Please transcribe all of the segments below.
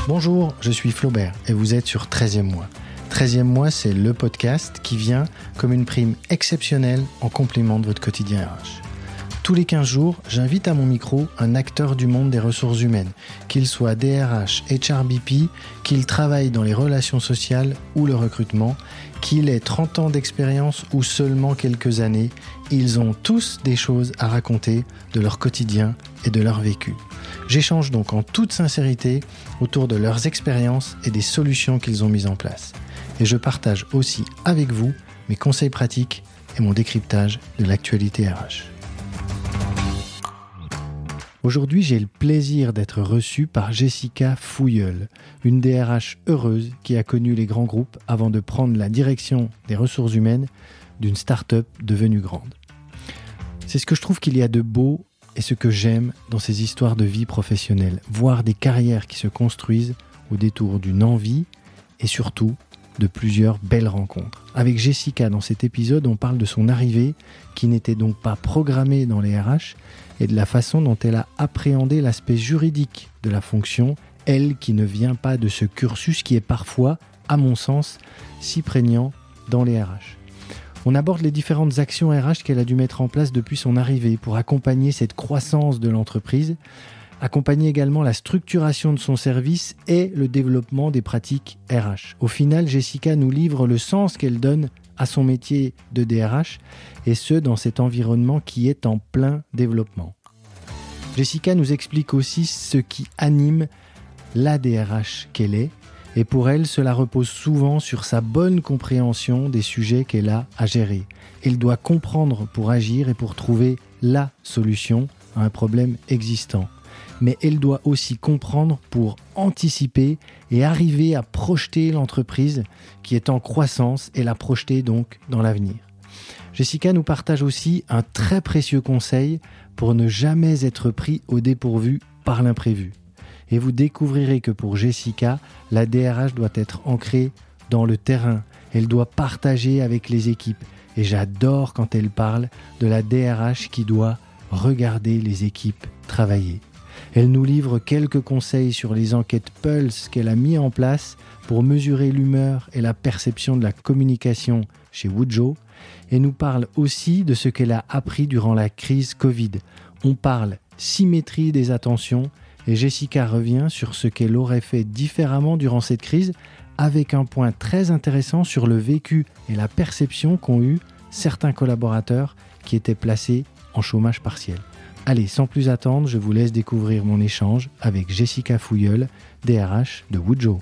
Bonjour, je suis Flaubert et vous êtes sur 13e mois. 13e mois, c'est le podcast qui vient comme une prime exceptionnelle en complément de votre quotidien RH. Tous les 15 jours, j'invite à mon micro un acteur du monde des ressources humaines, qu'il soit DRH, HRBP, qu'il travaille dans les relations sociales ou le recrutement, qu'il ait 30 ans d'expérience ou seulement quelques années, ils ont tous des choses à raconter de leur quotidien et de leur vécu. J'échange donc en toute sincérité autour de leurs expériences et des solutions qu'ils ont mises en place. Et je partage aussi avec vous mes conseils pratiques et mon décryptage de l'actualité RH. Aujourd'hui, j'ai le plaisir d'être reçu par Jessica Fouilleul, une DRH heureuse qui a connu les grands groupes avant de prendre la direction des ressources humaines d'une start-up devenue grande. C'est ce que je trouve qu'il y a de beau et ce que j'aime dans ces histoires de vie professionnelle, voir des carrières qui se construisent au détour d'une envie et surtout de plusieurs belles rencontres. Avec Jessica, dans cet épisode, on parle de son arrivée qui n'était donc pas programmée dans les RH et de la façon dont elle a appréhendé l'aspect juridique de la fonction, elle qui ne vient pas de ce cursus qui est parfois, à mon sens, si prégnant dans les RH. On aborde les différentes actions RH qu'elle a dû mettre en place depuis son arrivée pour accompagner cette croissance de l'entreprise, accompagner également la structuration de son service et le développement des pratiques RH. Au final, Jessica nous livre le sens qu'elle donne à son métier de DRH et ce, dans cet environnement qui est en plein développement. Jessica nous explique aussi ce qui anime la DRH qu'elle est. Et pour elle, cela repose souvent sur sa bonne compréhension des sujets qu'elle a à gérer. Elle doit comprendre pour agir et pour trouver la solution à un problème existant. Mais elle doit aussi comprendre pour anticiper et arriver à projeter l'entreprise qui est en croissance et la projeter donc dans l'avenir. Jessica nous partage aussi un très précieux conseil pour ne jamais être pris au dépourvu par l'imprévu. Et vous découvrirez que pour Jessica, la DRH doit être ancrée dans le terrain. Elle doit partager avec les équipes. Et j'adore quand elle parle de la DRH qui doit regarder les équipes travailler. Elle nous livre quelques conseils sur les enquêtes Pulse qu'elle a mis en place pour mesurer l'humeur et la perception de la communication chez Woodjoe. Et nous parle aussi de ce qu'elle a appris durant la crise Covid. On parle symétrie des attentions. Et Jessica revient sur ce qu'elle aurait fait différemment durant cette crise, avec un point très intéressant sur le vécu et la perception qu'ont eu certains collaborateurs qui étaient placés en chômage partiel. Allez, sans plus attendre, je vous laisse découvrir mon échange avec Jessica Fouilleul, DRH de Woodjoe.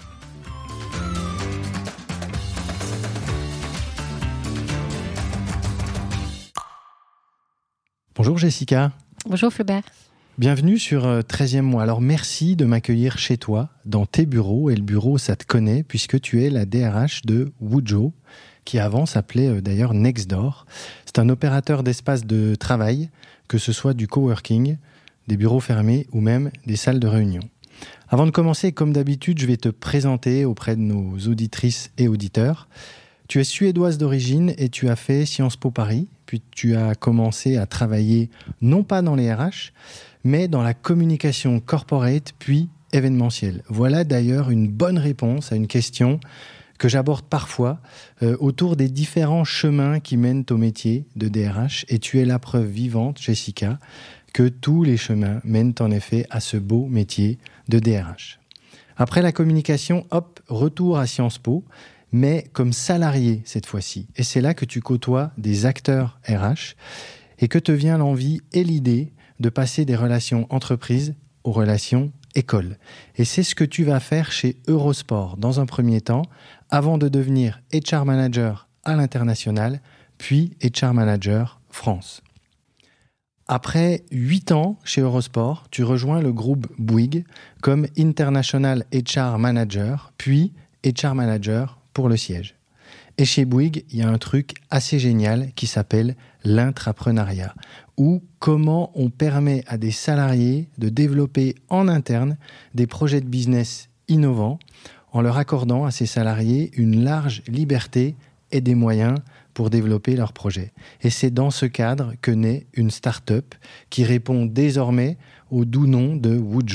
Bonjour Jessica. Bonjour Flaubert. Bienvenue sur 13e mois. Alors merci de m'accueillir chez toi, dans tes bureaux. Et le bureau, ça te connaît puisque tu es la DRH de Woodjoe, qui avant s'appelait d'ailleurs Nextdoor. C'est un opérateur d'espace de travail, que ce soit du coworking, des bureaux fermés ou même des salles de réunion. Avant de commencer, comme d'habitude, je vais te présenter auprès de nos auditrices et auditeurs. Tu es suédoise d'origine et tu as fait Sciences Po Paris, puis tu as commencé à travailler non pas dans les RH, mais dans la communication corporate, puis événementielle. Voilà d'ailleurs une bonne réponse à une question que j'aborde parfois autour des différents chemins qui mènent au métier de DRH. Et tu es la preuve vivante, Jessica, que tous les chemins mènent en effet à ce beau métier de DRH. Après la communication, hop, retour à Sciences Po, mais comme salarié cette fois-ci. Et c'est là que tu côtoies des acteurs RH et que te vient l'envie et l'idée de passer des relations entreprises aux relations écoles. Et c'est ce que tu vas faire chez Eurosport dans un premier temps, avant de devenir HR Manager à l'international, puis HR Manager France. Après 8 ans chez Eurosport, tu rejoins le groupe Bouygues comme International HR Manager, puis HR Manager pour le siège. Et chez Bouygues, il y a un truc assez génial qui s'appelle l'intrapreneuriat, ou comment on permet à des salariés de développer en interne des projets de business innovants en leur accordant à ces salariés une large liberté et des moyens pour développer leurs projets. Et c'est dans ce cadre que naît une start-up qui répond désormais au doux nom de Woodjoe.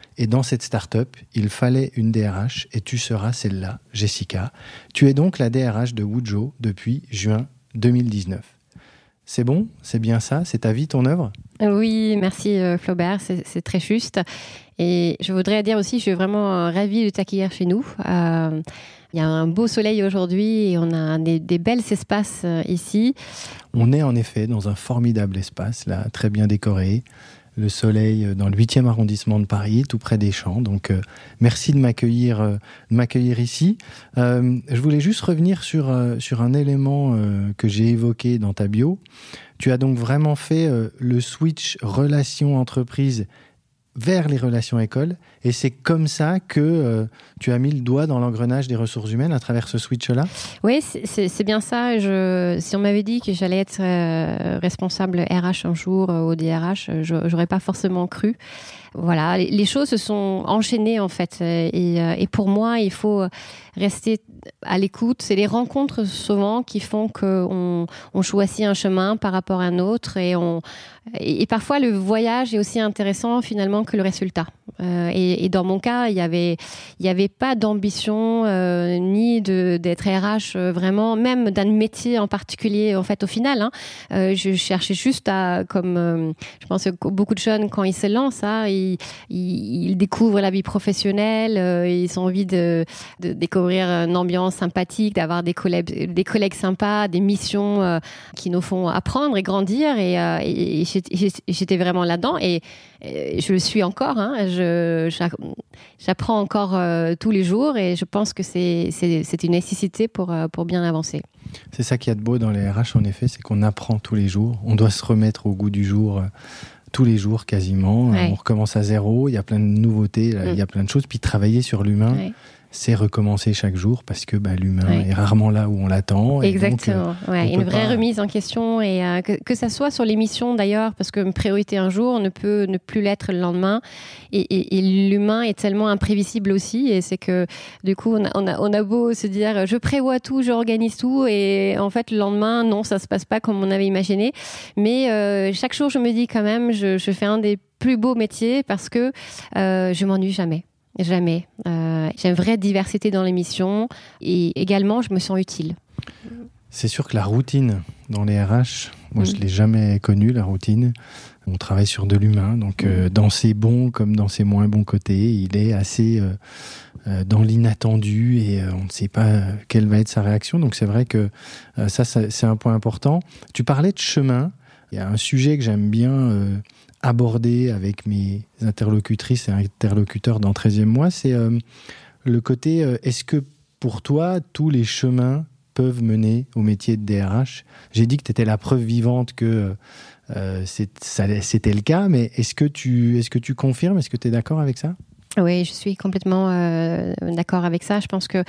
Et dans cette start-up, il fallait une DRH et tu seras celle-là, Jessica. Tu es donc la DRH de Wujjo depuis juin 2019. C'est bon? C'est bien ça? C'est ta vie, ton œuvre? Oui, merci Flaubert, c'est très juste. Et je voudrais dire aussi, je suis vraiment ravie de t'accueillir chez nous. Il y a un beau soleil aujourd'hui et on a des belles espaces ici. On est en effet dans un formidable espace, là, très bien décoré. Le soleil dans le 8e arrondissement de Paris, tout près des Champs. Donc, merci de m'accueillir ici. Je voulais juste revenir sur un élément que j'ai évoqué dans ta bio. Tu as donc vraiment fait le switch relation-entreprise vers les relations écoles, et c'est comme ça que tu as mis le doigt dans l'engrenage des ressources humaines à travers ce switch-là? Oui, c'est bien ça. Si on m'avait dit que j'allais être responsable RH un jour au DRH, j'aurais pas forcément cru. Voilà, les choses se sont enchaînées en fait, et pour moi, il faut rester à l'écoute. C'est les rencontres souvent qui font qu'on choisit un chemin par rapport à un autre, et parfois le voyage est aussi intéressant finalement que le résultat. Et dans mon cas, il y avait pas d'ambition ni d'être RH vraiment, même d'un métier en particulier en fait au final. Je cherchais juste comme je pense que beaucoup de jeunes quand ils se lancent, ils découvrent la vie professionnelle, ils ont envie de découvrir une ambiance sympathique, d'avoir des collègues sympas, des missions qui nous font apprendre et grandir. Et j'étais vraiment là-dedans, et je le suis encore. J'apprends encore tous les jours, et je pense que c'est une nécessité pour bien avancer. C'est ça qu'il y a de beau dans les RH, en effet, c'est qu'on apprend tous les jours. On doit se remettre au goût du jour tous les jours quasiment. Ouais. On recommence à zéro, il y a plein de nouveautés, il y a plein de choses. Puis travailler sur l'humain, c'est recommencer chaque jour, parce que l'humain est rarement là où on l'attend. Exactement. Une vraie remise en question, et que ça soit sur les missions d'ailleurs, parce que priorité un jour ne peut ne plus l'être le lendemain. Et l'humain est tellement imprévisible aussi, et c'est que du coup on a beau se dire je prévois tout, j'organise tout, et en fait le lendemain non, ça se passe pas comme on avait imaginé. Mais chaque jour je me dis quand même, je fais un des plus beaux métiers, parce que je m'ennuie jamais. Jamais. J'ai une vraie diversité dans l'émission, et également je me sens utile. C'est sûr que la routine dans les RH, moi je ne l'ai jamais connue, la routine. On travaille sur de l'humain, donc dans ses bons comme dans ses moins bons côtés, il est assez dans l'inattendu, et on ne sait pas quelle va être sa réaction. Donc c'est vrai que ça c'est un point important. Tu parlais de chemin. Il y a un sujet que j'aime bien aborder avec mes interlocutrices et interlocuteurs dans 13e mois, c'est le côté est-ce que pour toi tous les chemins peuvent mener au métier de DRH? J'ai dit que tu étais la preuve vivante que c'était le cas, mais est-ce que tu confirmes? Est-ce que tu es d'accord avec ça? Oui, je suis complètement d'accord avec ça. Je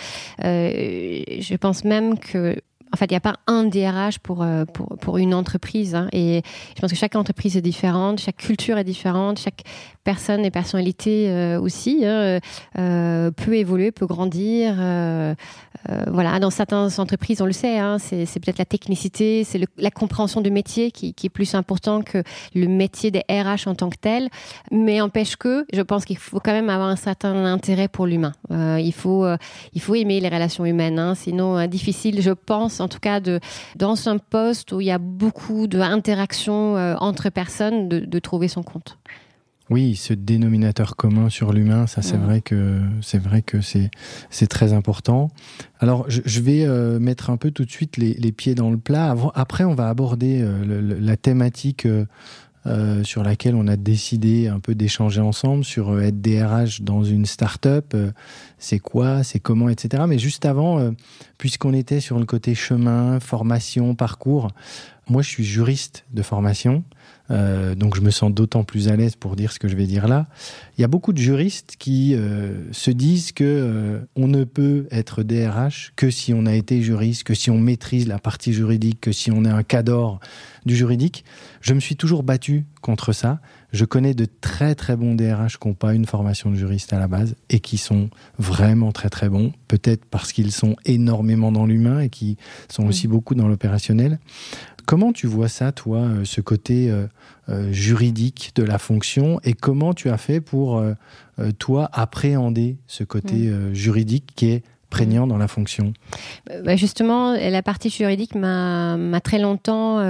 pense même que en fait, il n'y a pas un DRH pour une entreprise, et je pense que chaque entreprise est différente, chaque culture est différente, chaque personne et personnalité aussi peut évoluer, peut grandir. Voilà, dans certaines entreprises, on le sait, c'est peut-être la technicité, c'est la compréhension du métier qui est plus important que le métier des RH en tant que tel. Mais empêche que, je pense qu'il faut quand même avoir un certain intérêt pour l'humain. Il faut aimer les relations humaines, sinon difficile, je pense, en tout cas, dans un poste où il y a beaucoup d'interactions entre personnes, de trouver son compte. Oui, ce dénominateur commun sur l'humain, ça c'est vrai que c'est très important. Alors je vais mettre un peu tout de suite les pieds dans le plat. Après, on va aborder la thématique sur laquelle on a décidé un peu d'échanger ensemble, sur être DRH dans une start-up, c'est quoi, c'est comment, etc. Mais juste avant, puisqu'on était sur le côté chemin, formation, parcours, moi je suis juriste de formation, donc je me sens d'autant plus à l'aise pour dire ce que je vais dire là. Il y a beaucoup de juristes qui se disent que on ne peut être DRH que si on a été juriste, que si on maîtrise la partie juridique, que si on est un cadre du juridique. Je me suis toujours battu contre ça. Je connais de très très bons DRH qui n'ont pas une formation de juriste à la base et qui sont vraiment très très bons, peut-être parce qu'ils sont énormément dans l'humain et qui sont aussi beaucoup dans l'opérationnel. Comment tu vois ça, toi, ce côté juridique de la fonction, et comment tu as fait pour, toi, appréhender ce côté juridique qui est prégnant dans la fonction? Justement, la partie juridique m'a très longtemps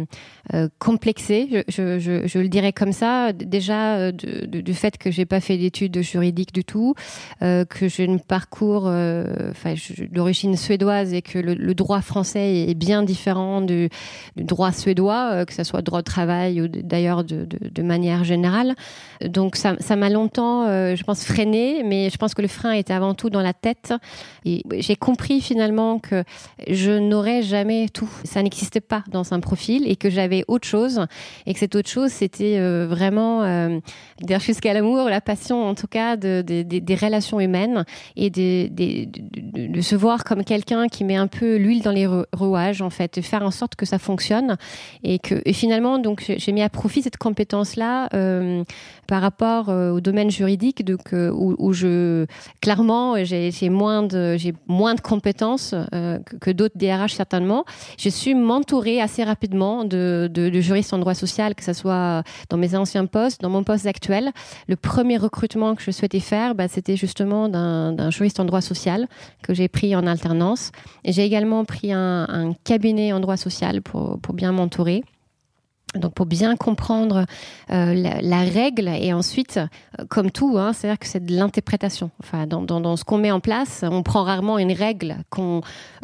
complexée, je le dirais comme ça. Déjà, du fait que j'ai pas fait d'études juridiques du tout, que j'ai un parcours d'origine suédoise et que le droit français est bien différent du droit suédois, que ce soit droit de travail ou d'ailleurs de manière générale. Donc ça m'a longtemps, je pense, freiné, mais je pense que le frein était avant tout dans la tête. Et j'ai compris finalement que je n'aurais jamais tout. Ça n'existait pas dans un profil et que j'avais autre chose. Et que cette autre chose, c'était vraiment, jusqu'à l'amour, la passion en tout cas des relations humaines et de se voir comme quelqu'un qui met un peu l'huile dans les rouages en fait, de faire en sorte que ça fonctionne. Et finalement, donc, j'ai mis à profit cette compétence-là par rapport au domaine juridique, donc, où clairement, j'ai moins de compétences que d'autres DRH certainement. Je suis m'entourer assez rapidement de juristes en droit social, que ce soit dans mes anciens postes, dans mon poste actuel. Le premier recrutement que je souhaitais faire, c'était justement d'un juriste en droit social que j'ai pris en alternance. Et j'ai également pris un cabinet en droit social pour bien m'entourer. Donc pour bien comprendre la règle, et ensuite, comme tout, c'est-à-dire que c'est de l'interprétation. Enfin, dans ce qu'on met en place, on prend rarement une règle qu'on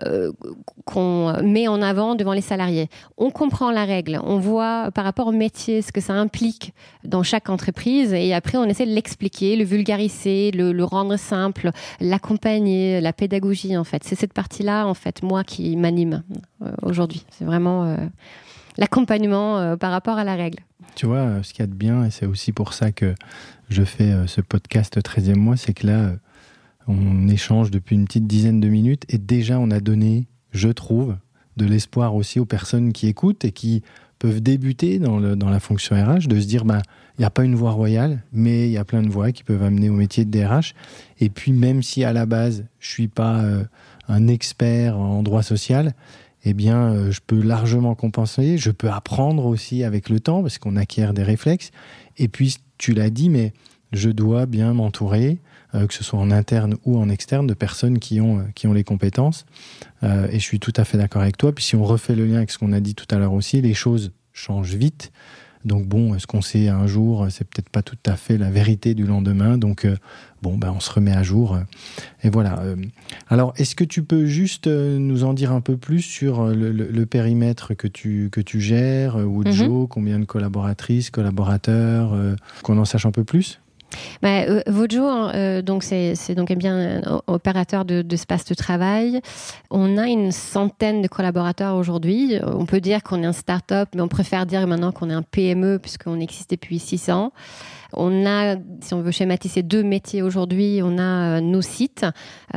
met en avant devant les salariés. On comprend la règle, on voit par rapport au métier ce que ça implique dans chaque entreprise, et après on essaie de l'expliquer, le vulgariser, le rendre simple, l'accompagner, la pédagogie en fait. C'est cette partie-là en fait, moi, qui m'anime aujourd'hui. C'est vraiment l'accompagnement par rapport à la règle. Tu vois, ce qu'il y a de bien, et c'est aussi pour ça que je fais ce podcast 13e mois, c'est que là, on échange depuis une petite dizaine de minutes et déjà on a donné, je trouve, de l'espoir aussi aux personnes qui écoutent et qui peuvent débuter dans la fonction RH, de se dire, il n'y a pas une voie royale, mais il y a plein de voies qui peuvent amener au métier de DRH. Et puis même si à la base, je ne suis pas un expert en droit social, eh bien, je peux largement compenser. Je peux apprendre aussi avec le temps, parce qu'on acquiert des réflexes. Et puis, tu l'as dit, mais je dois bien m'entourer, que ce soit en interne ou en externe, de personnes qui ont les compétences. Et je suis tout à fait d'accord avec toi. Puis si on refait le lien avec ce qu'on a dit tout à l'heure aussi, les choses changent vite. Donc bon, ce qu'on sait un jour, c'est peut-être pas tout à fait la vérité du lendemain. Donc on se remet à jour. Et voilà. Alors, est-ce que tu peux juste nous en dire un peu plus sur le périmètre que tu gères, Wojo, combien de collaboratrices, collaborateurs, qu'on en sache un peu plus? Wojo, donc c'est donc bien un opérateur d'espace de travail. On a une centaine de collaborateurs aujourd'hui. On peut dire qu'on est un start-up, mais on préfère dire maintenant qu'on est un PME puisqu'on existe depuis 6 ans. On a, si on veut schématiser, 2 métiers aujourd'hui. On a nos sites.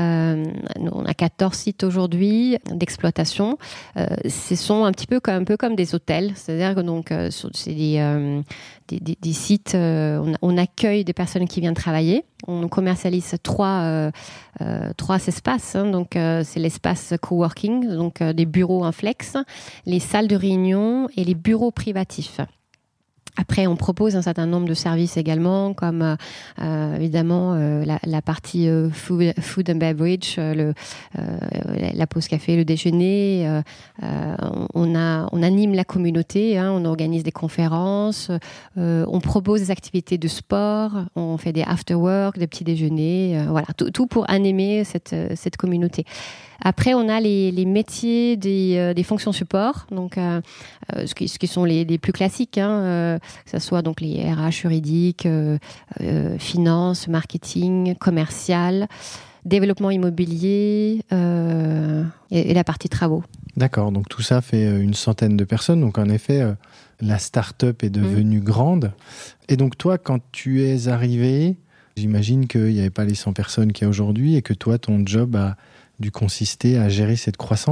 On a 14 sites aujourd'hui d'exploitation. Ce sont un peu comme des hôtels. C'est-à-dire que donc, c'est des sites, on accueille des personnes qui viennent travailler. On commercialise 3 espaces. Donc, c'est l'espace coworking, donc des bureaux en flex, les salles de réunion et les bureaux privatifs. Après, on propose un certain nombre de services également, comme évidemment la partie food and beverage, la pause café, le déjeuner. On anime la communauté, on organise des conférences, on propose des activités de sport, on fait des after-work, des petits déjeuners, voilà, tout pour animer cette communauté. Après, on a les métiers des fonctions support, donc ce qui sont les plus classiques, que ce soit donc les RH juridiques, finance, marketing, commercial, développement immobilier et la partie travaux. D'accord, donc tout ça fait une centaine de personnes. Donc en effet, la start-up est devenue grande. Et donc toi, quand tu es arrivé, j'imagine qu'il n'y avait pas les 100 personnes qu'il y a aujourd'hui et que toi, ton job a dû consister à gérer cette croissance.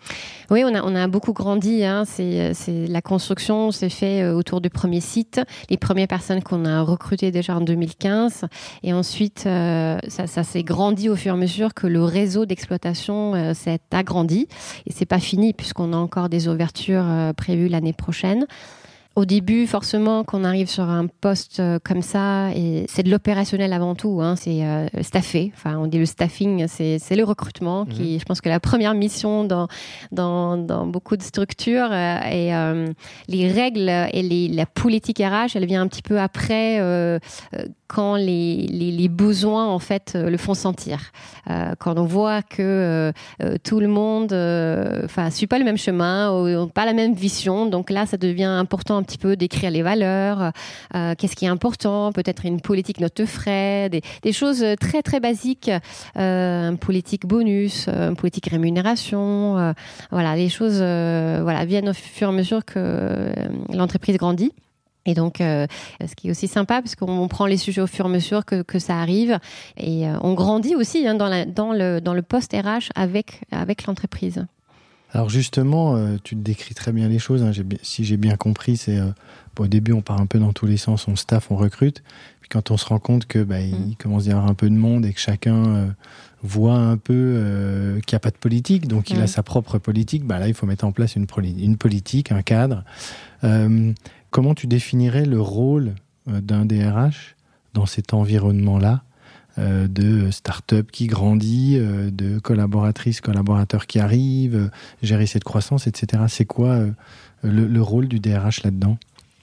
Oui, on a beaucoup grandi. La construction s'est fait autour du premier site. Les premières personnes qu'on a recrutées déjà en 2015. Et ensuite, ça s'est grandi au fur et à mesure que le réseau d'exploitation s'est agrandi. Et c'est pas fini puisqu'on a encore des ouvertures prévues l'année prochaine. Au début, forcément, quand on arrive sur un poste comme ça, et c'est de l'opérationnel avant tout, c'est staffé. Enfin, on dit le staffing, c'est le recrutement qui, je pense que la première mission dans beaucoup de structures. Et les règles et la politique RH, elle vient un petit peu après. Quand les besoins en fait le font sentir, quand on voit que tout le monde suit pas le même chemin, ou pas la même vision, donc là ça devient important un petit peu d'écrire les valeurs, qu'est-ce qui est important, peut-être une politique note de frais, des choses très très basiques, une politique bonus, une politique rémunération, les choses viennent au fur et à mesure que l'entreprise grandit. Et donc, ce qui est aussi sympa, parce qu'on prend les sujets au fur et à mesure que ça arrive, et on grandit aussi dans le poste RH avec l'entreprise. Alors justement, tu te décris très bien les choses. Si j'ai bien compris, c'est au début on part un peu dans tous les sens, on staff, on recrute. Puis quand on se rend compte que il commence à y avoir un peu de monde et que chacun voit un peu qu'il n'y a pas de politique, donc il a sa propre politique. Là, il faut mettre en place une politique, un cadre. Comment tu définirais le rôle d'un DRH dans cet environnement-là de start-up qui grandit, de collaborateurs qui arrivent, gérer cette croissance, etc. C'est quoi le rôle du DRH là-dedans ?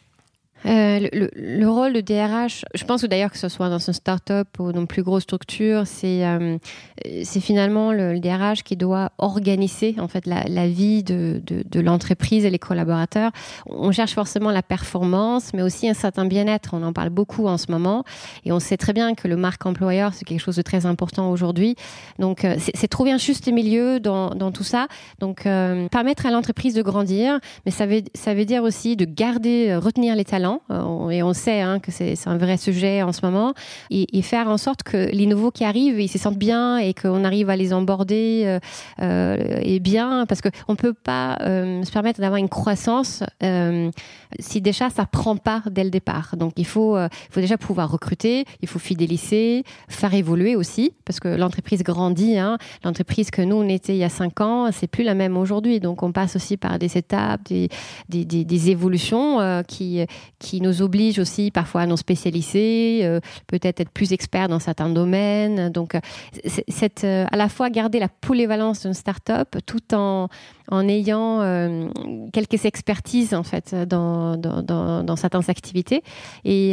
Le rôle de DRH, je pense que d'ailleurs que ce soit dans une start-up ou dans une plus grosse structure, c'est finalement le DRH qui doit organiser en fait la vie de l'entreprise et les collaborateurs. On cherche forcément la performance, mais aussi un certain bien-être. On en parle beaucoup en ce moment et on sait très bien que le marque employeur, c'est quelque chose de très important aujourd'hui. Donc, c'est trouver un juste milieu dans tout ça. Donc, permettre à l'entreprise de grandir, mais ça veut dire aussi de retenir les talents. Et on sait que c'est un vrai sujet en ce moment, et faire en sorte que les nouveaux qui arrivent, ils se sentent bien et qu'on arrive à les onboarder et bien, parce qu'on ne peut pas se permettre d'avoir une croissance si déjà ça ne prend pas dès le départ. Donc il faut déjà pouvoir recruter, il faut fidéliser, faire évoluer aussi, parce que l'entreprise grandit. L'entreprise que nous on était il y a 5 ans, c'est plus la même aujourd'hui. Donc on passe aussi par des étapes, des évolutions qui nous obligent aussi parfois à nous spécialiser, peut-être être plus experts dans certains domaines. Donc c'est à la fois garder la polyvalence d'une start-up tout en ayant quelques expertises en fait dans certaines activités. Et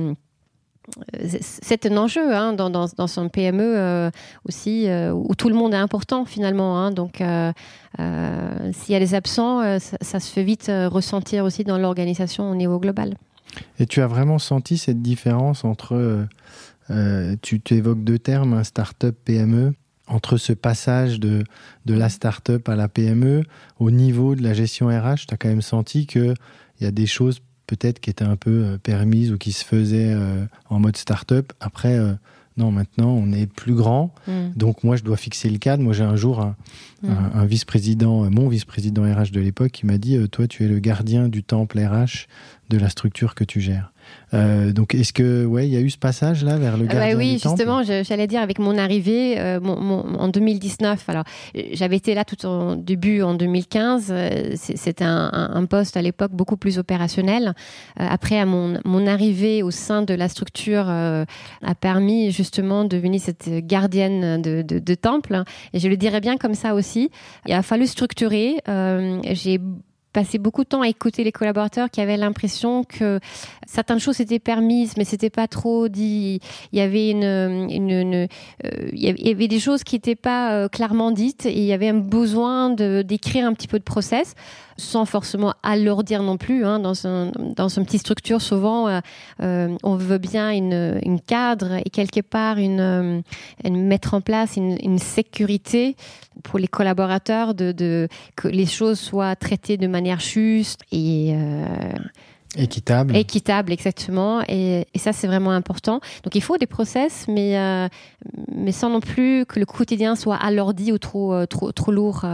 c'est un enjeu dans son PME aussi, où tout le monde est important finalement. Donc s'il y a des absents, ça se fait vite ressentir aussi dans l'organisation au niveau global. Et tu as vraiment senti cette différence entre, tu évoques 2 termes, start-up, PME, entre ce passage de la start-up à la PME, au niveau de la gestion RH, tu as quand même senti qu'il y a des choses peut-être qui étaient un peu permises ou qui se faisaient en mode start-up. Après, non, maintenant, on est plus grand. Donc, moi, je dois fixer le cadre. Moi, j'ai un jour un vice-président, mon vice-président RH de l'époque, qui m'a dit « Toi, tu es le gardien du temple RH de la structure que tu gères. » Donc, est-ce que, il y a eu ce passage-là vers le gardien oui, du temple ? justement, j'allais dire, avec mon arrivée en 2019, alors j'avais été là tout au début en 2015, c'était un poste à l'époque beaucoup plus opérationnel. Après, à mon arrivée au sein de la structure a permis justement de devenir cette gardienne de temple, et je le dirais bien comme ça aussi. Il a fallu structurer, j'ai passé beaucoup de temps à écouter les collaborateurs qui avaient l'impression que certaines choses étaient permises, mais c'était pas trop dit. Il y avait il y avait des choses qui n'étaient pas clairement dites, et il y avait un besoin d'écrire un petit peu de process, sans forcément alourdir non plus. Dans une petite structure, souvent, on veut bien une cadre et quelque part mettre en place une sécurité pour les collaborateurs, que les choses soient traitées de manière juste. Et Équitable. Équitable, exactement. Et ça, c'est vraiment important. Donc, il faut des process, mais sans non plus que le quotidien soit alourdi ou trop lourd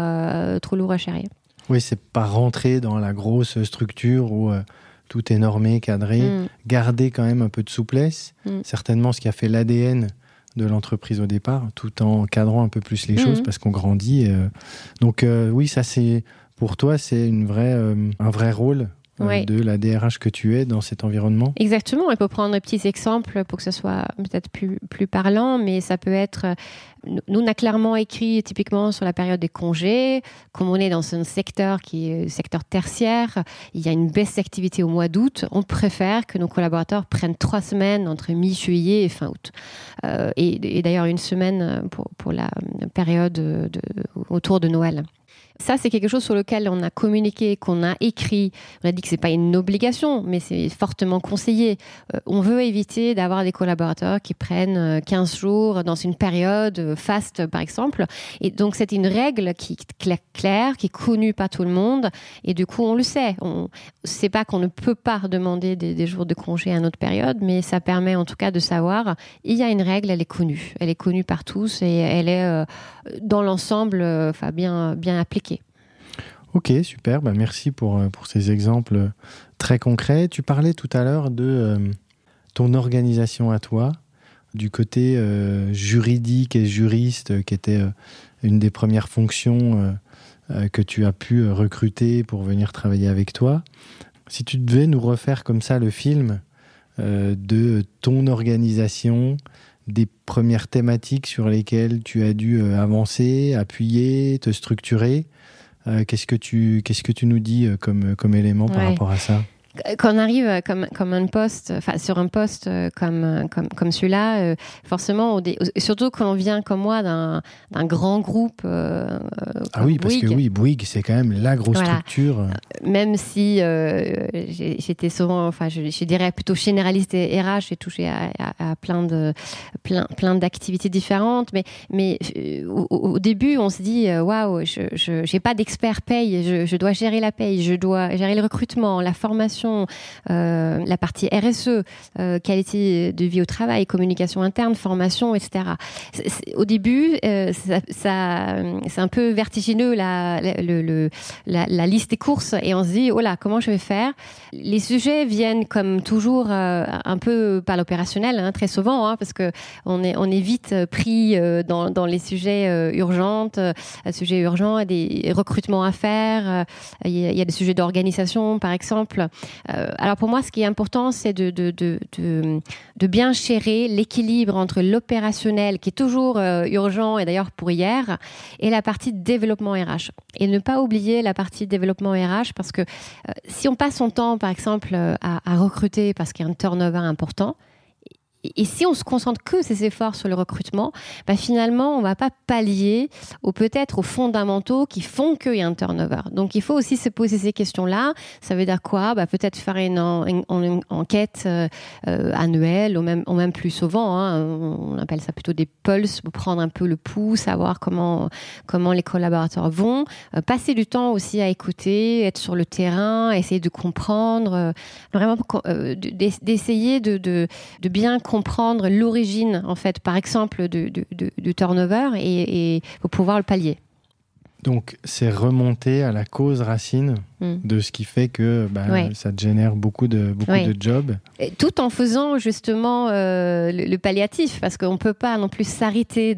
à gérer. Oui, c'est pas rentrer dans la grosse structure où tout est normé, cadré. Garder quand même un peu de souplesse. Certainement ce qui a fait l'ADN de l'entreprise au départ, tout en cadrant un peu plus les choses parce qu'on grandit. Donc oui, ça c'est pour toi, c'est un vrai rôle de la DRH que tu es dans cet environnement. Exactement. Il faut prendre des petits exemples pour que ce soit peut-être plus parlant, mais ça peut être... Nous, on a clairement écrit typiquement sur la période des congés, comme on est dans un secteur qui est secteur tertiaire, il y a une baisse d'activité au mois d'août, on préfère que nos collaborateurs prennent 3 semaines entre mi-juillet et fin août. Et d'ailleurs 1 semaine pour la période autour de Noël. Ça, c'est quelque chose sur lequel on a communiqué, qu'on a écrit. On a dit que c'est pas une obligation, mais c'est fortement conseillé. On veut éviter d'avoir des collaborateurs qui prennent 15 jours dans une période faste, par exemple. Et donc, c'est une règle qui est claire, qui est connue par tout le monde. Et du coup, on le sait. C'est pas qu'on ne peut pas demander des jours de congé à notre période, mais ça permet en tout cas de savoir, il y a une règle, elle est connue. Elle est connue par tous et elle est dans l'ensemble bien appliquée. Ok, super. Merci pour ces exemples très concrets. Tu parlais tout à l'heure de ton organisation à toi, du côté juridique et juriste, qui était une des premières fonctions que tu as pu recruter pour venir travailler avec toi. Si tu devais nous refaire comme ça le film de ton organisation, des premières thématiques sur lesquelles tu as dû avancer, appuyer, te structurer, qu'est-ce que tu nous dis comme élément par rapport à ça ? Quand on arrive comme un poste, sur un poste comme celui-là, forcément, surtout quand on vient comme moi d'un grand groupe. Oui, parce Bouygues, que oui, Bouygues, c'est quand même la grosse structure. Même si j'étais souvent, je dirais plutôt généraliste et RH, j'ai touché à plein d'activités différentes. Mais au début, on se dit, waouh, je n'ai pas d'expert paye, je dois gérer la paye, je dois gérer le recrutement, la formation. La partie RSE, qualité de vie au travail, communication interne, formation, etc. Au début, c'est un peu vertigineux la liste des courses et on se dit, oh là, comment je vais faire ? Les sujets viennent comme toujours un peu par l'opérationnel, très souvent, parce que on est vite pris dans les sujets urgents, des recrutements à faire, il y a des sujets d'organisation, par exemple. Alors pour moi, ce qui est important, c'est de bien gérer l'équilibre entre l'opérationnel, qui est toujours urgent, et d'ailleurs pour hier, et la partie développement RH. Et ne pas oublier la partie développement RH, parce que si on passe son temps, par exemple, à recruter parce qu'il y a un turnover important, et si on se concentre que ses efforts sur le recrutement, finalement, on ne va pas pallier peut-être aux fondamentaux qui font qu'il y a un turnover. Donc, il faut aussi se poser ces questions-là. Ça veut dire quoi ? Peut-être faire une enquête annuelle, ou même plus souvent. On appelle ça plutôt des pulses pour prendre un peu le pouls, savoir comment les collaborateurs vont. Passer du temps aussi à écouter, être sur le terrain, essayer de comprendre. Vraiment, d'essayer de bien comprendre l'origine, en fait, par exemple, du turnover et pour pouvoir le pallier. Donc, c'est remonter à la cause racine de ce qui fait que ça te génère beaucoup de jobs. Et tout en faisant justement le palliatif, parce qu'on ne peut pas non plus s'arrêter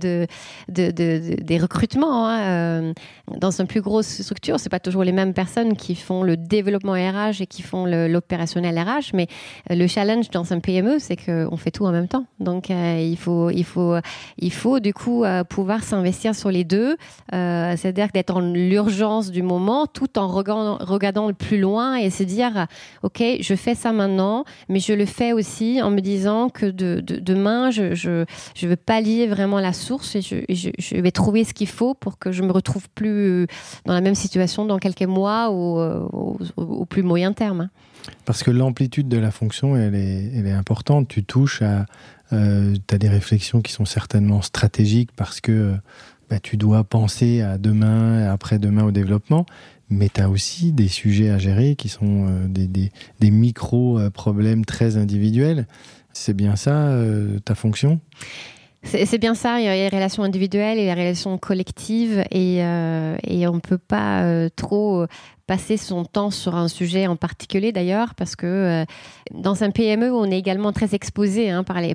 des recrutements. Dans une plus grosse structure, ce n'est pas toujours les mêmes personnes qui font le développement RH et qui font l'opérationnel RH, mais le challenge dans un PME, c'est qu'on fait tout en même temps. Donc, il faut du coup pouvoir s'investir sur les deux, c'est-à-dire d'être dans l'urgence du moment, tout en regardant le plus loin et se dire, ok, je fais ça maintenant, mais je le fais aussi en me disant que demain, je veux pallier vraiment la source et je vais trouver ce qu'il faut pour que je me retrouve plus dans la même situation dans quelques mois ou au plus moyen terme. Parce que l'amplitude de la fonction, elle est importante. Tu touches à... tu as des réflexions qui sont certainement stratégiques parce que tu dois penser à demain et après-demain au développement. mais tu as aussi des sujets à gérer qui sont des micro-problèmes très individuels. C'est bien ça, ta fonction ? C'est bien ça, il y a les relations individuelles et les relations collectives et on ne peut pas trop passer son temps sur un sujet en particulier d'ailleurs parce que dans un PME, on est également très exposé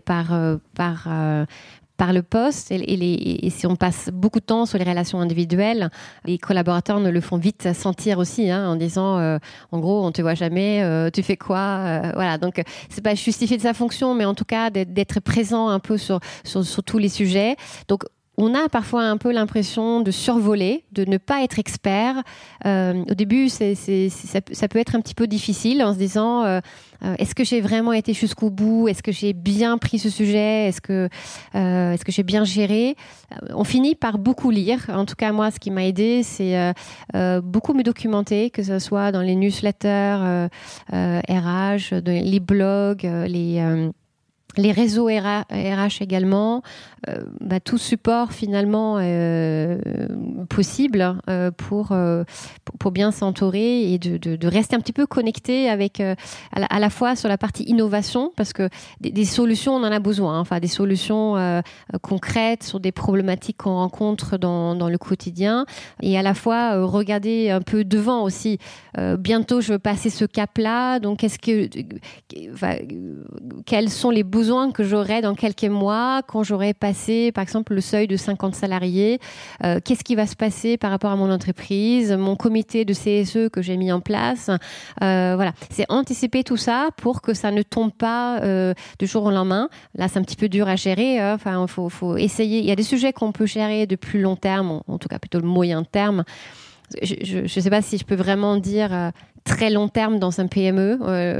par le poste et si on passe beaucoup de temps sur les relations individuelles, les collaborateurs nous le font vite sentir aussi en disant en gros on te voit jamais, tu fais quoi, voilà. Donc c'est pas justifier de sa fonction, mais en tout cas d'être présent un peu sur tous les sujets. Donc on a parfois un peu l'impression de survoler, de ne pas être expert. Au début, ça peut être un petit peu difficile en se disant est-ce que j'ai vraiment été jusqu'au bout ? Est-ce que j'ai bien pris ce sujet ? Est-ce que j'ai bien géré ? On finit par beaucoup lire. En tout cas, moi, ce qui m'a aidé, c'est beaucoup me documenter, que ce soit dans les newsletters RH, les blogs, les réseaux RH également, tout support finalement possible pour bien s'entourer et de rester un petit peu connecté avec à la fois sur la partie innovation parce que des solutions on en a besoin, enfin des solutions concrètes sur des problématiques qu'on rencontre dans le quotidien et à la fois regarder un peu devant aussi. Bientôt je veux passer ce cap-là, donc quels sont les besoins que j'aurai dans quelques mois quand j'aurai passé par exemple le seuil de 50 salariés, qu'est-ce qui va se passer par rapport à mon entreprise, mon comité de CSE que j'ai mis en place, voilà, c'est anticiper tout ça pour que ça ne tombe pas du jour au lendemain. Là c'est un petit peu dur à gérer, enfin faut essayer, il y a des sujets qu'on peut gérer de plus long terme, en tout cas plutôt le moyen terme. Je ne sais pas si je peux vraiment dire très long terme dans un PME.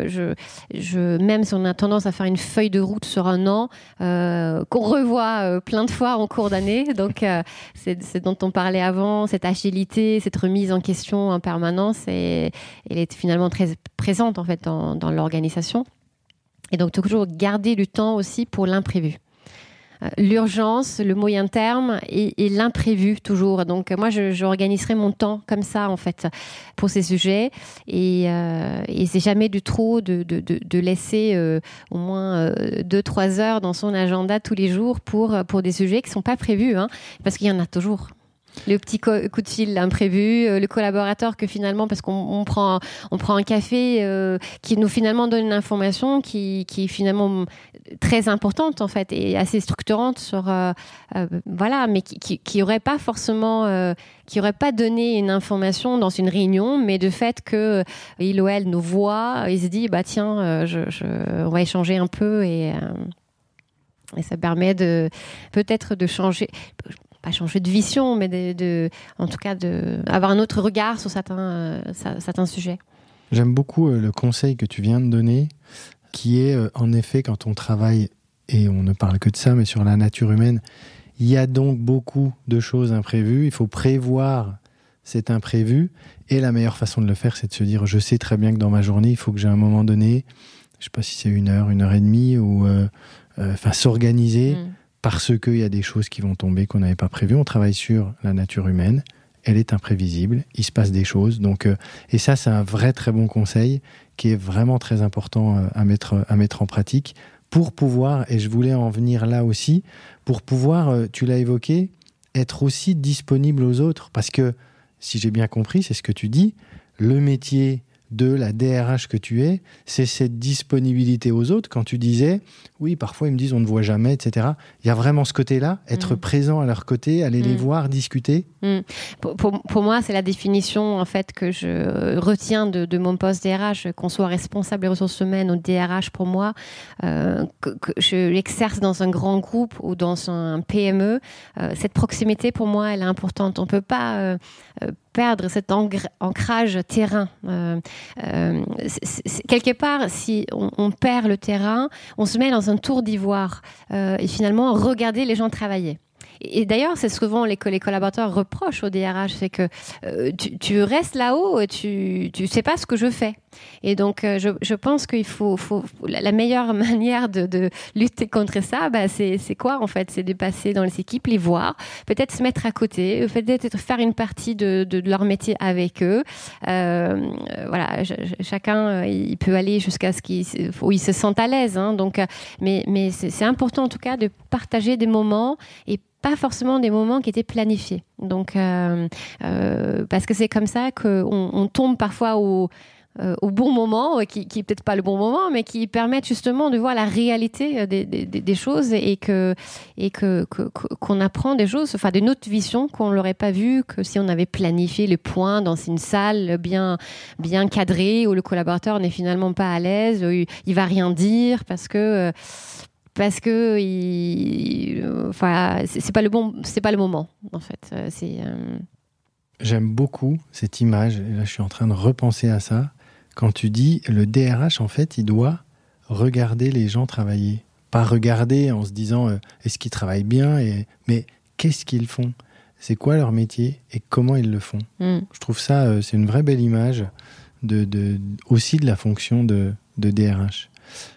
Même si on a tendance à faire une feuille de route sur un an, qu'on revoit plein de fois en cours d'année. Donc, c'est dont on parlait avant, cette agilité, cette remise en question en permanence, elle est finalement très présente en fait dans l'organisation. Et donc, toujours garder du temps aussi pour l'imprévu. L'urgence, le moyen terme et l'imprévu toujours. Donc moi, j'organiserai mon temps comme ça en fait pour ces sujets et c'est jamais du trop de laisser au moins 2-3 heures dans son agenda tous les jours pour des sujets qui sont pas prévus, parce qu'il y en a toujours. Le petit coup de fil imprévu, le collaborateur que finalement, parce qu'on prend un café qui nous finalement donne une information qui est finalement très importante en fait et assez structurante sur voilà, mais qui aurait pas forcément qui aurait pas donné une information dans une réunion, mais de fait que il ou elle nous voit, il se dit bah tiens, on va échanger un peu et ça permet peut-être de changer. Pas changer de vision, mais en tout cas avoir un autre regard sur certains sujets. J'aime beaucoup le conseil que tu viens de donner, qui est en effet quand on travaille, et on ne parle que de ça, mais sur la nature humaine, il y a donc beaucoup de choses imprévues, il faut prévoir cet imprévu, et la meilleure façon de le faire, c'est de se dire, je sais très bien que dans ma journée, il faut que j'ai un moment donné, je ne sais pas si c'est 1 heure, 1h30, ou s'organiser, parce qu'il y a des choses qui vont tomber qu'on n'avait pas prévues. On travaille sur la nature humaine, elle est imprévisible, il se passe des choses. Donc, et ça, c'est un vrai très bon conseil qui est vraiment très important à mettre en pratique pour pouvoir, et je voulais en venir là aussi, pour pouvoir, tu l'as évoqué, être aussi disponible aux autres. Parce que, si j'ai bien compris, c'est ce que tu dis, le métier de la DRH que tu es, c'est cette disponibilité aux autres. Quand tu disais, oui, parfois ils me disent on ne voit jamais, etc. Il y a vraiment ce côté-là, être présent à leur côté, aller les voir, discuter. Pour moi, c'est la définition en fait que je retiens de mon poste DRH, qu'on soit responsable des ressources humaines ou DRH pour moi, que je l'exerce dans un grand groupe ou dans un PME. Cette proximité pour moi, elle est importante. On peut pas perdre cet ancrage terrain. Quelque part, si on perd le terrain, on se met dans un tour d'ivoire et finalement regarder les gens travailler. Et d'ailleurs, c'est souvent que les collaborateurs reprochent au DRH, c'est que tu restes là-haut et tu sais pas ce que je fais. Et donc, je pense qu'il faut la meilleure manière de lutter contre ça, c'est quoi en fait? C'est de passer dans les équipes, les voir, peut-être se mettre à côté, peut-être faire une partie de leur métier avec eux. Voilà, chacun il peut aller jusqu'à où il se sent à l'aise. Hein, donc, mais c'est important en tout cas de partager des moments et pas forcément des moments qui étaient planifiés. Donc, parce que c'est comme ça qu'on tombe parfois au bon moment, qui est peut-être pas le bon moment, mais qui permettent justement de voir la réalité des choses et qu'on apprend des choses, enfin d'une autre vision qu'on l'aurait pas vu que si on avait planifié les points dans une salle bien cadrée où le collaborateur n'est finalement pas à l'aise, il va rien dire parce que c'est pas le moment en fait. J'aime beaucoup cette image. Et là, je suis en train de repenser à ça. Quand tu dis le DRH, en fait, il doit regarder les gens travailler. Pas regarder en se disant est-ce qu'ils travaillent bien, mais qu'est-ce qu'ils font ? C'est quoi leur métier et comment ils le font ? Je trouve ça, c'est une vraie belle image aussi de la fonction de DRH.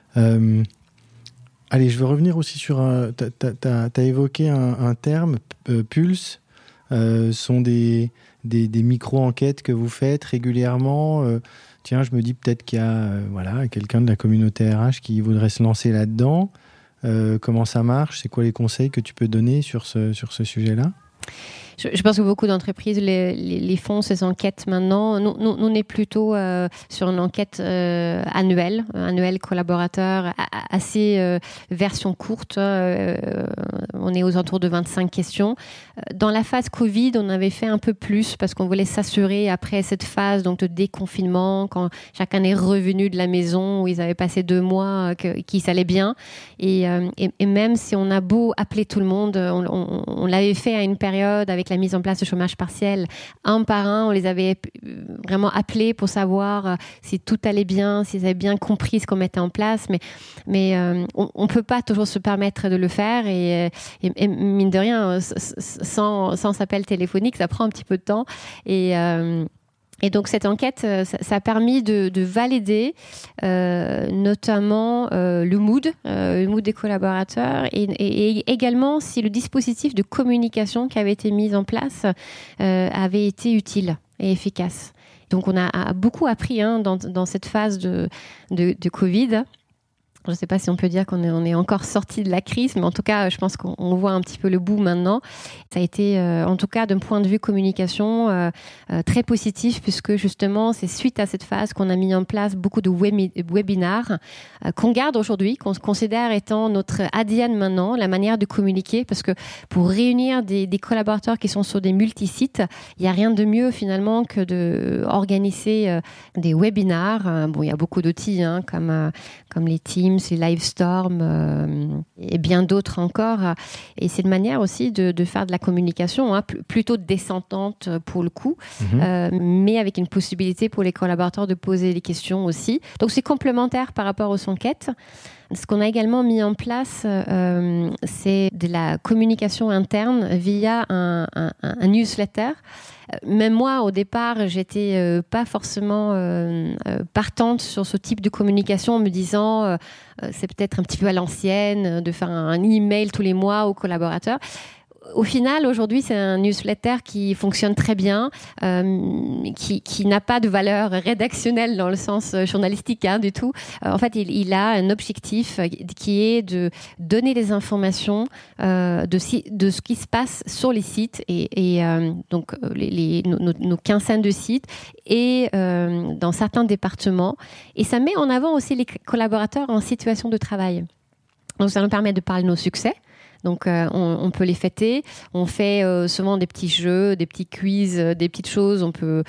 Allez, je veux revenir aussi sur... t'as évoqué un terme, Pulse. Sont des micro-enquêtes que vous faites régulièrement. Tiens, je me dis peut-être qu'il y a quelqu'un de la communauté RH qui voudrait se lancer là-dedans. Comment ça marche ? C'est quoi les conseils que tu peux donner sur ce sujet-là ? Je pense que beaucoup d'entreprises les font, ces enquêtes maintenant. Nous, on est plutôt sur une enquête annuelle collaborateur, assez version courte. On est aux alentours de 25 questions. Dans la phase Covid, on avait fait un peu plus parce qu'on voulait s'assurer après cette phase donc de déconfinement, quand chacun est revenu de la maison, où ils avaient passé 2 mois, qu'ils allaient bien. Et même si on a beau appeler tout le monde, on l'avait fait à une période avec la mise en place de chômage partiel. Un par un, on les avait vraiment appelés pour savoir si tout allait bien, s'ils avaient bien compris ce qu'on mettait en place. Mais on ne peut pas toujours se permettre de le faire. Et mine de rien, sans appel téléphonique, ça prend un petit peu de temps. Et donc cette enquête, ça a permis de valider notamment le mood des collaborateurs et également si le dispositif de communication qui avait été mis en place avait été utile et efficace. Donc on a beaucoup appris dans cette phase de Covid. Je ne sais pas si on peut dire qu'on est encore sorti de la crise, mais en tout cas, je pense qu'on voit un petit peu le bout maintenant. Ça a été, en tout cas, d'un point de vue communication, très positif, puisque justement, c'est suite à cette phase qu'on a mis en place beaucoup de webinars qu'on garde aujourd'hui, qu'on considère étant notre ADN maintenant, la manière de communiquer, parce que pour réunir des collaborateurs qui sont sur des multisites, il n'y a rien de mieux finalement que d'organiser des webinars. Bon, il y a beaucoup d'outils comme les Teams, les Livestorm et bien d'autres encore. Et c'est une manière aussi de faire de la communication plutôt descendante pour le coup, mais avec une possibilité pour les collaborateurs de poser des questions aussi. Donc c'est complémentaire par rapport aux enquêtes. Ce qu'on a également mis en place, c'est de la communication interne via un newsletter. Même moi, au départ, j'étais pas forcément partante sur ce type de communication en me disant c'est peut-être un petit peu à l'ancienne de faire un email tous les mois aux collaborateurs. Au final, aujourd'hui, c'est un newsletter qui fonctionne très bien, qui n'a pas de valeur rédactionnelle dans le sens journalistique du tout. En fait, il a un objectif qui est de donner des informations de ce qui se passe sur les sites et donc nos quinzaines de sites et dans certains départements. Et ça met en avant aussi les collaborateurs en situation de travail. Donc, ça nous permet de parler de nos succès. Donc, on peut les fêter. On fait souvent des petits jeux, des petits quiz, des petites choses. On peut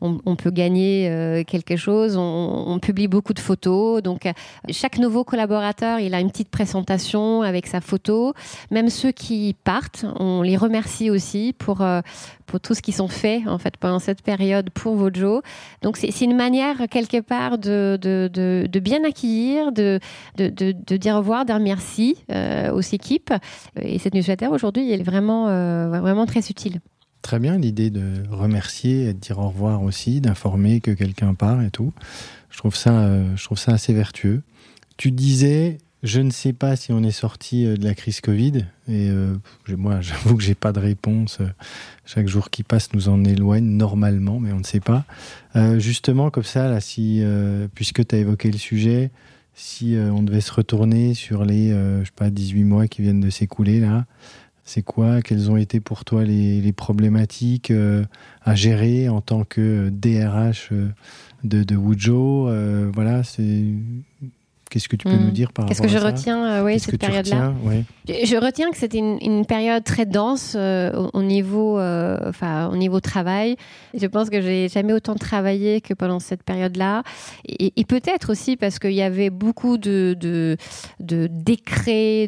gagner quelque chose. On publie beaucoup de photos. Donc, chaque nouveau collaborateur, il a une petite présentation avec sa photo. Même ceux qui partent, on les remercie aussi pour tout ce qu'ils ont fait en fait pendant cette période pour Vojo. Donc c'est une manière quelque part de bien accueillir, de dire au revoir, de dire merci aux équipes Et cette newsletter, aujourd'hui, elle est vraiment très utile. Très bien, l'idée de remercier et de dire au revoir aussi, d'informer que quelqu'un part et tout. Je trouve ça assez vertueux. Tu disais, je ne sais pas si on est sorti de la crise Covid. Et moi, j'avoue que j'ai pas de réponse. Chaque jour qui passe nous en éloigne normalement, mais on ne sait pas. Justement, comme ça, là, puisque tu as évoqué le sujet, si on devait se retourner sur les 18 mois qui viennent de s'écouler, là, c'est quoi? Quelles ont été pour toi les problématiques à gérer en tant que DRH de Wujoo? Voilà, qu'est-ce que tu peux nous dire par rapport à ça? Qu'est-ce que je retiens, cette période-là? Je retiens que c'était une période très dense au niveau travail. Je pense que j'ai jamais autant travaillé que pendant cette période-là. Et peut-être aussi parce qu'il y avait beaucoup de décrets,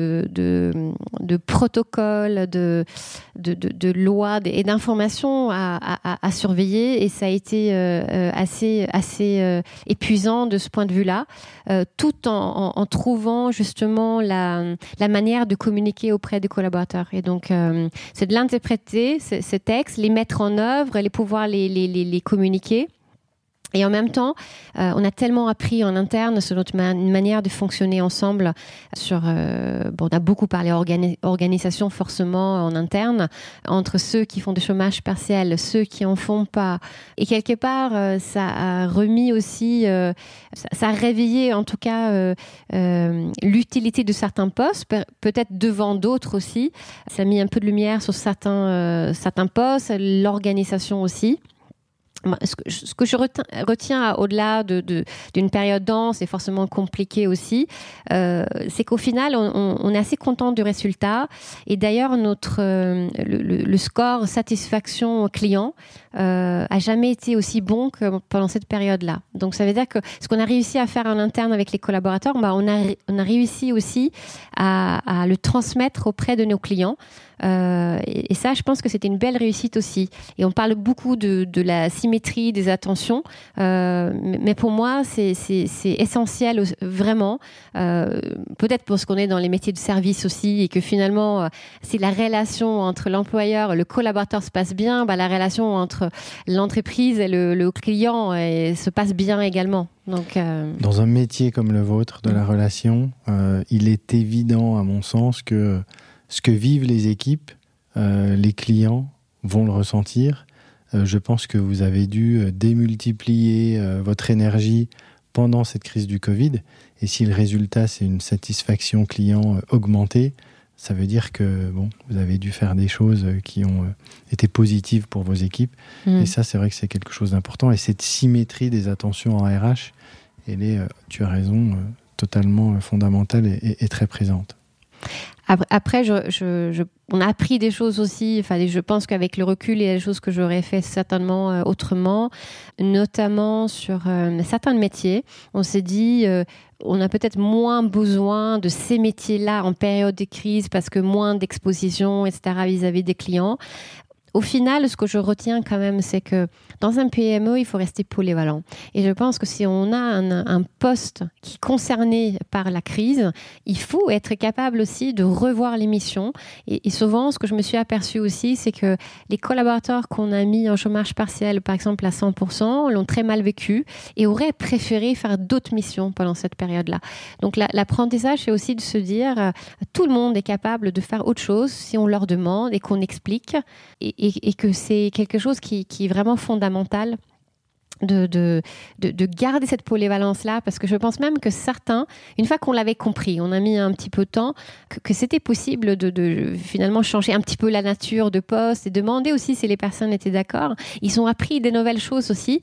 de protocoles, de lois et d'informations à surveiller. Et ça a été assez épuisant de ce point de vue-là. Tout en trouvant justement la manière de communiquer auprès des collaborateurs. Et donc, c'est de l'interpréter, ces textes, les mettre en œuvre, pouvoir les communiquer. Et en même temps, on a tellement appris en interne sur notre manière de fonctionner ensemble. On a beaucoup parlé organisation forcément en interne, entre ceux qui font du chômage partiel, ceux qui en font pas. Et quelque part, ça a remis aussi, ça a réveillé en tout cas l'utilité de certains postes, peut-être devant d'autres aussi. Ça a mis un peu de lumière sur certains postes, l'organisation aussi. Ce que je retiens au-delà d'une période dense et forcément compliquée aussi, c'est qu'au final, on est assez content du résultat. Et d'ailleurs, le score satisfaction client a jamais été aussi bon que pendant cette période-là. Donc, ça veut dire que ce qu'on a réussi à faire en interne avec les collaborateurs, on a réussi aussi à le transmettre auprès de nos clients. Et ça, je pense que c'était une belle réussite aussi. Et on parle beaucoup de la symétrie des attentions, mais pour moi, c'est essentiel vraiment. Peut-être parce qu'on est dans les métiers de service aussi, et que finalement, si la relation entre l'employeur et le collaborateur se passe bien, la relation entre l'entreprise et le client se passe bien également. Donc, dans un métier comme le vôtre, de la relation, il est évident, à mon sens, que ce que vivent les équipes, les clients vont le ressentir. Je pense que vous avez dû démultiplier votre énergie pendant cette crise du Covid. Et si le résultat, c'est une satisfaction client augmentée, ça veut dire que vous avez dû faire des choses qui ont été positives pour vos équipes. Et ça, c'est vrai que c'est quelque chose d'important. Et cette symétrie des attentions en RH, elle est, tu as raison, totalement fondamentale et très présente. Après, on a appris des choses aussi. Enfin, je pense qu'avec le recul, il y a des choses que j'aurais fait certainement autrement, notamment sur certains métiers. On s'est dit, on a peut-être moins besoin de ces métiers-là en période de crise parce que moins d'exposition, etc., vis-à-vis des clients. Au final, ce que je retiens quand même, c'est que dans un PME, il faut rester polyvalent. Et je pense que si on a un poste qui est concerné par la crise, il faut être capable aussi de revoir les missions. Et souvent, ce que je me suis aperçue aussi, c'est que les collaborateurs qu'on a mis en chômage partiel, par exemple à 100%, l'ont très mal vécu et auraient préféré faire d'autres missions pendant cette période-là. Donc l'apprentissage, c'est aussi de se dire, tout le monde est capable de faire autre chose si on leur demande et qu'on explique. Et que c'est quelque chose qui est vraiment fondamental de garder cette polyvalence-là, parce que je pense même que certains, une fois qu'on l'avait compris, on a mis un petit peu de temps, que c'était possible de finalement changer un petit peu la nature de poste et demander aussi si les personnes étaient d'accord. Ils ont appris des nouvelles choses aussi,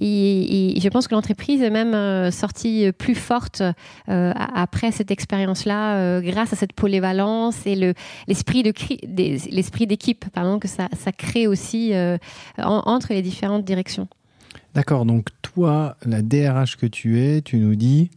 et je pense que l'entreprise est même sortie plus forte après cette expérience-là, grâce à cette polyvalence et l'esprit d'équipe que ça crée aussi entre les différentes directions. D'accord, donc toi, la DRH que tu es, tu nous dis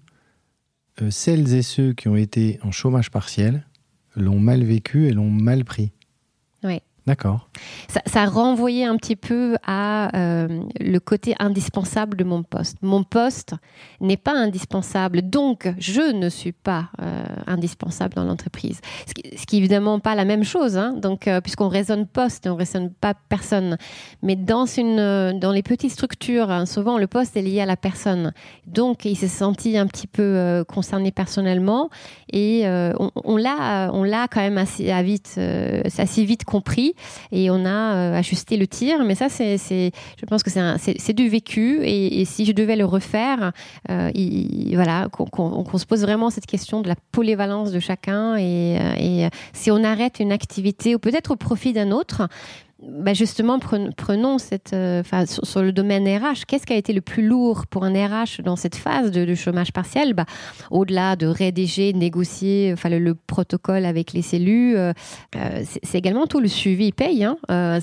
celles et ceux qui ont été en chômage partiel l'ont mal vécu et l'ont mal pris. Oui. D'accord. Ça renvoyait un petit peu à le côté indispensable de mon poste. Mon poste n'est pas indispensable, donc je ne suis pas indispensable dans l'entreprise. Ce qui est évidemment pas la même chose, hein, donc, puisqu'on raisonne poste, on ne raisonne pas personne. Mais dans les petites structures, hein, souvent le poste est lié à la personne. Donc il s'est senti un petit peu concerné personnellement et on l'a quand même assez vite compris. Et on a ajusté le tir, mais ça, je pense que c'est du vécu. Et si je devais le refaire, voilà, qu'on se pose vraiment cette question de la polyvalence de chacun. Et si on arrête une activité, ou peut-être au profit d'un autre, justement, prenons sur le domaine RH. Qu'est-ce qui a été le plus lourd pour un RH dans cette phase de chômage partiel ? Au-delà de rédiger, de négocier le protocole avec les cellules, c'est également tout le suivi paye. Hein,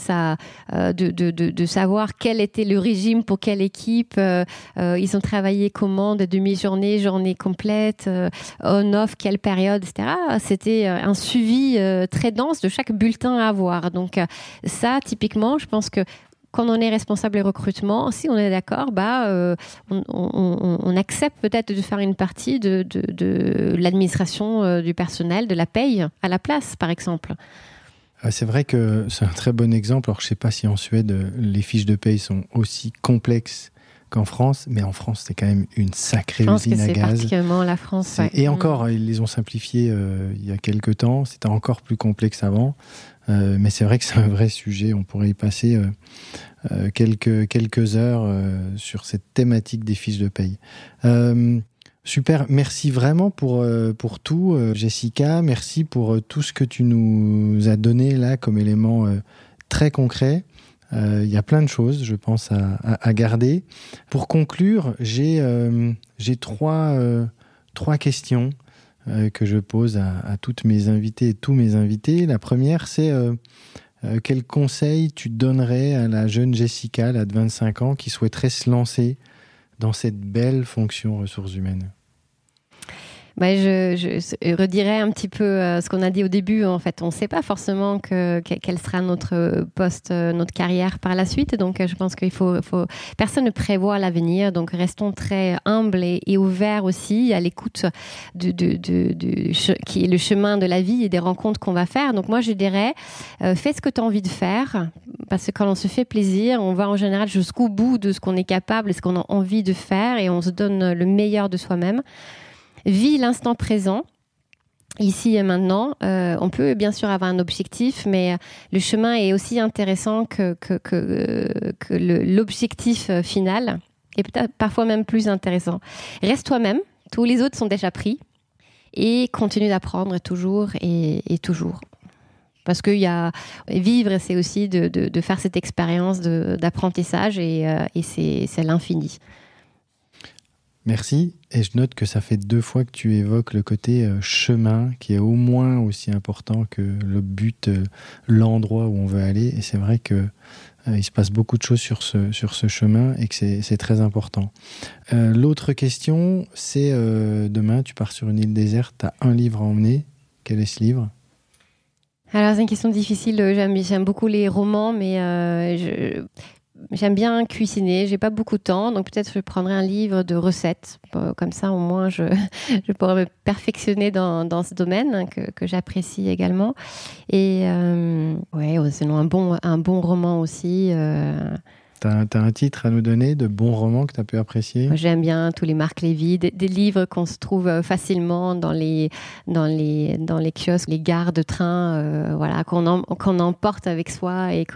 de savoir quel était le régime pour quelle équipe, ils ont travaillé comment, de demi-journée, journée complète, on-off, quelle période, etc. C'était un suivi très dense de chaque bulletin à avoir. Donc, ça, typiquement, je pense que quand on est responsable des recrutements, si on est d'accord, on accepte peut-être de faire une partie de l'administration du personnel, de la paye à la place, par exemple. C'est vrai que c'est un très bon exemple. Alors, je ne sais pas si en Suède, les fiches de paye sont aussi complexes qu'en France, mais en France, c'est quand même une sacrée usine à gaz. Je pense que c'est particulièrement la France. Ouais. Et encore, ils les ont simplifiés il y a quelques temps. C'était encore plus complexe avant. Mais c'est vrai que c'est un vrai sujet. On pourrait y passer quelques heures sur cette thématique des fiches de paye. Super, merci vraiment pour tout, Jessica. Merci pour tout ce que tu nous as donné là comme élément très concret. Il y a plein de choses, je pense, à garder. Pour conclure, j'ai trois questions que je pose à toutes mes invitées et tous mes invités. La première, c'est quel conseil tu donnerais à la jeune Jessica, là, de 25 ans, qui souhaiterait se lancer dans cette belle fonction ressources humaines ? Je redirais un petit peu ce qu'on a dit au début. En fait, on ne sait pas forcément quel sera notre poste, notre carrière par la suite. Donc, je pense qu'il faut personne ne prévoit l'avenir. Donc, restons très humbles et ouverts aussi à l'écoute qui est le chemin de la vie et des rencontres qu'on va faire. Donc, moi, je dirais, fais ce que tu as envie de faire. Parce que quand on se fait plaisir, on va en général jusqu'au bout de ce qu'on est capable et ce qu'on a envie de faire et on se donne le meilleur de soi-même. Vis l'instant présent, ici et maintenant. On peut bien sûr avoir un objectif, mais le chemin est aussi intéressant que l'objectif final, et peut-être parfois même plus intéressant. Reste toi-même, tous les autres sont déjà pris, et continue d'apprendre toujours et toujours. Parce que vivre, c'est aussi de faire cette expérience d'apprentissage, et c'est l'infini. Merci. Et je note que ça fait 2 fois que tu évoques le côté chemin, qui est au moins aussi important que le but, l'endroit où on veut aller. Et c'est vrai que il se passe beaucoup de choses sur ce chemin et que c'est très important. L'autre question, c'est demain, tu pars sur une île déserte, tu as un livre à emmener. Quel est ce livre ? Alors, c'est une question difficile. J'aime beaucoup les romans, mais j'aime bien cuisiner, j'ai pas beaucoup de temps, donc peut-être je prendrai un livre de recettes. Comme ça, au moins, je pourrai me perfectionner dans ce domaine que j'apprécie également. Et sinon un bon roman aussi. T'as un titre à nous donner de bons romans que tu as pu apprécier ? J'aime bien tous les Marc Lévy, des livres qu'on se trouve facilement dans les kiosques, les gares de train, qu'on emporte avec soi et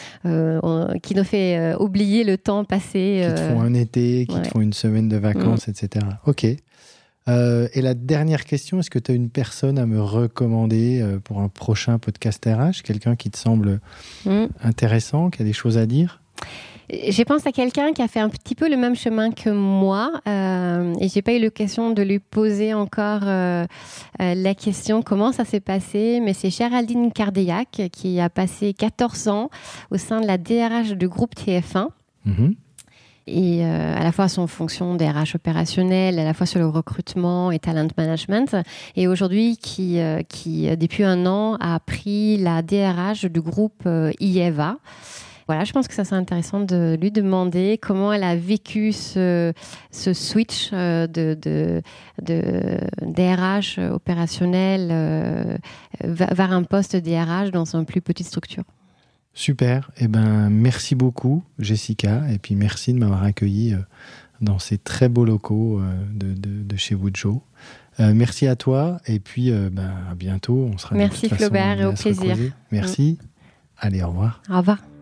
qui nous fait oublier le temps passé. Qui te font un été, qui te font une semaine de vacances, etc. Ok. Et la dernière question, est-ce que tu as une personne à me recommander pour un prochain podcast RH ? Quelqu'un qui te semble intéressant, qui a des choses à dire ? Je pense à quelqu'un qui a fait un petit peu le même chemin que moi et j'ai pas eu l'occasion de lui poser encore la question comment ça s'est passé, mais c'est Géraldine Cardeillac qui a passé 14 ans au sein de la DRH du groupe TF1. et à la fois son fonction d'RH opérationnel, à la fois sur le recrutement et talent management, et aujourd'hui qui depuis un an a pris la DRH du groupe IEVA. Voilà, je pense que ça serait intéressant de lui demander comment elle a vécu ce switch de DRH opérationnel vers un poste DRH dans une plus petite structure. Super. Eh ben, merci beaucoup, Jessica. Et puis, merci de m'avoir accueilli dans ces très beaux locaux de chez Woojo. Merci à toi. Et puis, à bientôt. On sera merci Flaubert, et au plaisir. Merci. Allez, au revoir. Au revoir.